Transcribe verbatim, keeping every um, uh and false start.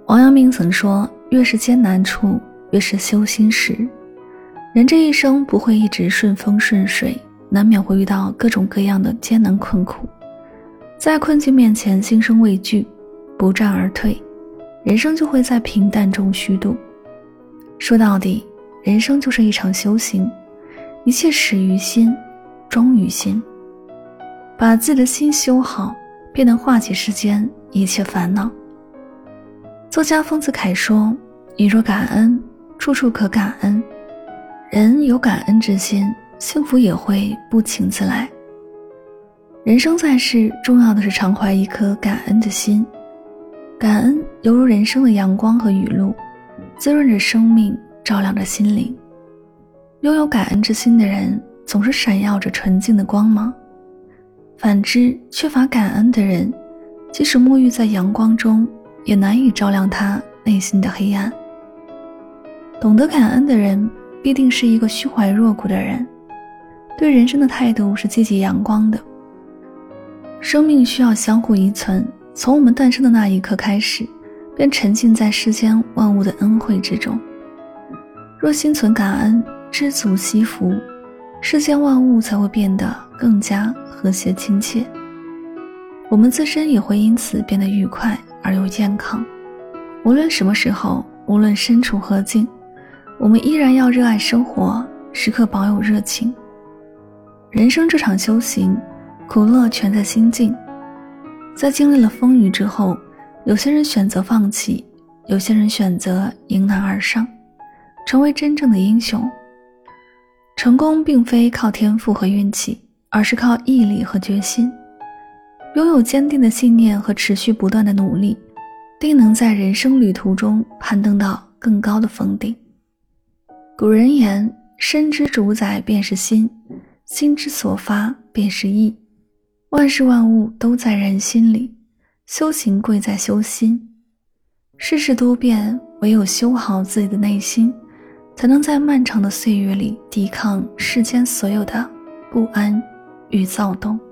王阳明曾说，越是艰难处，越是修心时。人这一生不会一直顺风顺水，难免会遇到各种各样的艰难困苦。在困境面前心生畏惧，不战而退，人生就会在平淡中虚度。说到底，人生就是一场修行，一切始于心，终于心。把自己的心修好，便能化解世间一切烦恼。作家丰子恺说，你若感恩，处处可感恩。人有感恩之心，幸福也会不请自来。人生在世，重要的是常怀一颗感恩的心。感恩犹如人生的阳光和雨露，滋润着生命，照亮着心灵。拥有感恩之心的人，总是闪耀着纯净的光芒。反之，缺乏感恩的人，即使沐浴在阳光中，也难以照亮他内心的黑暗。懂得感恩的人，必定是一个虚怀若谷的人，对人生的态度是积极阳光的。生命需要相互依存，从我们诞生的那一刻开始，便沉浸在世间万物的恩惠之中。若心存感恩，知足惜福，世间万物才会变得更加和谐亲切，我们自身也会因此变得愉快而又健康。无论什么时候，无论身处何境，我们依然要热爱生活，时刻保有热情。人生这场修行，苦乐全在心境。在经历了风雨之后，有些人选择放弃，有些人选择迎难而上，成为真正的英雄。成功并非靠天赋和运气，而是靠毅力和决心。拥有坚定的信念和持续不断的努力，定能在人生旅途中攀登到更高的峰顶。古人言，身之主宰便是心，心之所发便是意。万事万物都在人心里，修行贵在修心。世事多变，唯有修好自己的内心，才能在漫长的岁月里抵抗世间所有的不安与躁动。